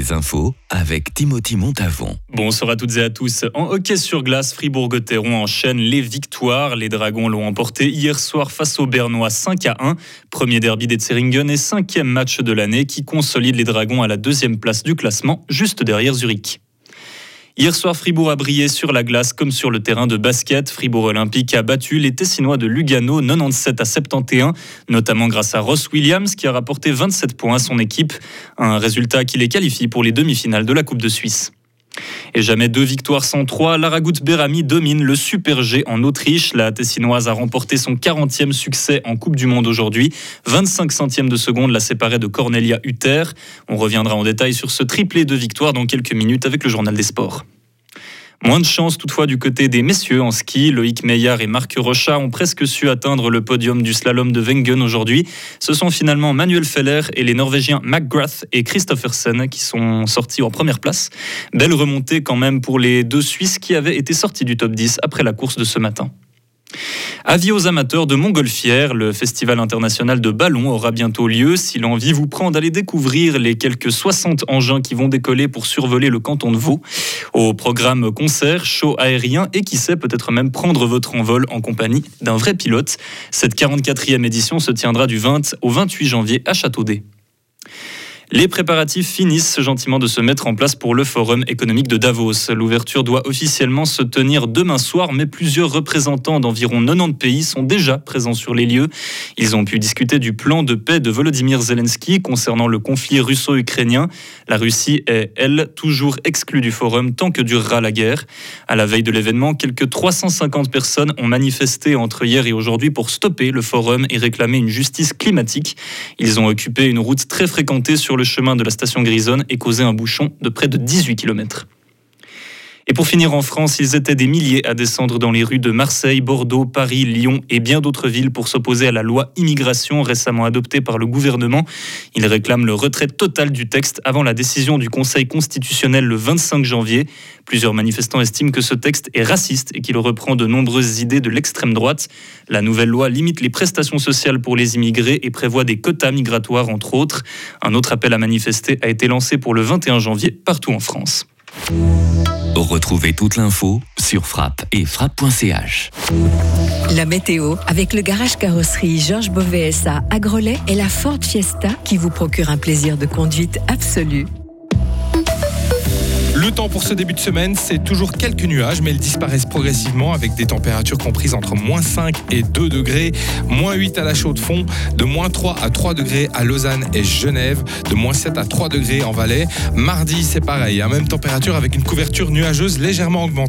les infos avec Timothy Montavon. Bonsoir à toutes et à tous. En hockey sur glace, Fribourg-Gotteron enchaîne les victoires. Les Dragons l'ont emporté hier soir face aux Bernois 5-1. Premier derby des Zeringen et 5e match de l'année qui consolide les Dragons à la 2e place du classement, juste derrière Zurich. Hier soir, Fribourg a brillé sur la glace comme sur le terrain de basket. Fribourg Olympique a battu les Tessinois de Lugano 97-71, notamment grâce à Ross Williams qui a rapporté 27 points à son équipe. Un résultat qui les qualifie pour les demi-finales de la Coupe de Suisse. Et jamais 2 victoires sans 3, Laragut Berami domine le Super G en Autriche. La Tessinoise a remporté son 40e succès en Coupe du Monde aujourd'hui. 25 centièmes de seconde la séparait de Cornelia Hutter. On reviendra en détail sur ce triplé de victoires dans quelques minutes avec le Journal des Sports. Moins de chance toutefois du côté des messieurs en ski. Loïc Meillard et Marc Rocha ont presque su atteindre le podium du slalom de Wengen aujourd'hui. Ce sont finalement Manuel Feller et les Norvégiens McGrath et Christophersen qui sont sortis en première place. Belle remontée quand même pour les 2 Suisses qui avaient été sortis du top 10 après la course de ce matin. Avis aux amateurs de Montgolfière, le festival international de ballon aura bientôt lieu. Si l'envie vous prend d'aller découvrir les quelques 60 engins qui vont décoller pour survoler le canton de Vaud. Au programme concert, show aérien et qui sait peut-être même prendre votre envol en compagnie d'un vrai pilote. Cette 44e édition se tiendra du 20 au 28 janvier à Châteaudet. Les préparatifs finissent gentiment de se mettre en place pour le Forum économique de Davos. L'ouverture doit officiellement se tenir demain soir, mais plusieurs représentants d'environ 90 pays sont déjà présents sur les lieux. Ils ont pu discuter du plan de paix de Volodymyr Zelensky concernant le conflit russo-ukrainien. La Russie est, elle, toujours exclue du Forum tant que durera la guerre. À la veille de l'événement, quelques 350 personnes ont manifesté entre hier et aujourd'hui pour stopper le Forum et réclamer une justice climatique. Ils ont occupé une route très fréquentée sur le chemin de la station Grisonne et causé un bouchon de près de 18 km. Et pour finir en France, ils étaient des milliers à descendre dans les rues de Marseille, Bordeaux, Paris, Lyon et bien d'autres villes pour s'opposer à la loi immigration récemment adoptée par le gouvernement. Ils réclament le retrait total du texte avant la décision du Conseil constitutionnel le 25 janvier. Plusieurs manifestants estiment que ce texte est raciste et qu'il reprend de nombreuses idées de l'extrême droite. La nouvelle loi limite les prestations sociales pour les immigrés et prévoit des quotas migratoires entre autres. Un autre appel à manifester a été lancé pour le 21 janvier partout en France. Retrouvez toute l'info sur Frappe et frappe.ch. La météo avec le garage carrosserie Georges Beauvais SA à Grelais et la Ford Fiesta qui vous procure un plaisir de conduite absolu. Le temps pour ce début de semaine, c'est toujours quelques nuages, mais ils disparaissent progressivement avec des températures comprises entre -5 et 2 degrés, -8 à la Chaux-de-Fonds, de -3 à 3 degrés à Lausanne et Genève, de -7 à 3 degrés en Valais. Mardi, c'est pareil, même température avec une couverture nuageuse légèrement augmentée.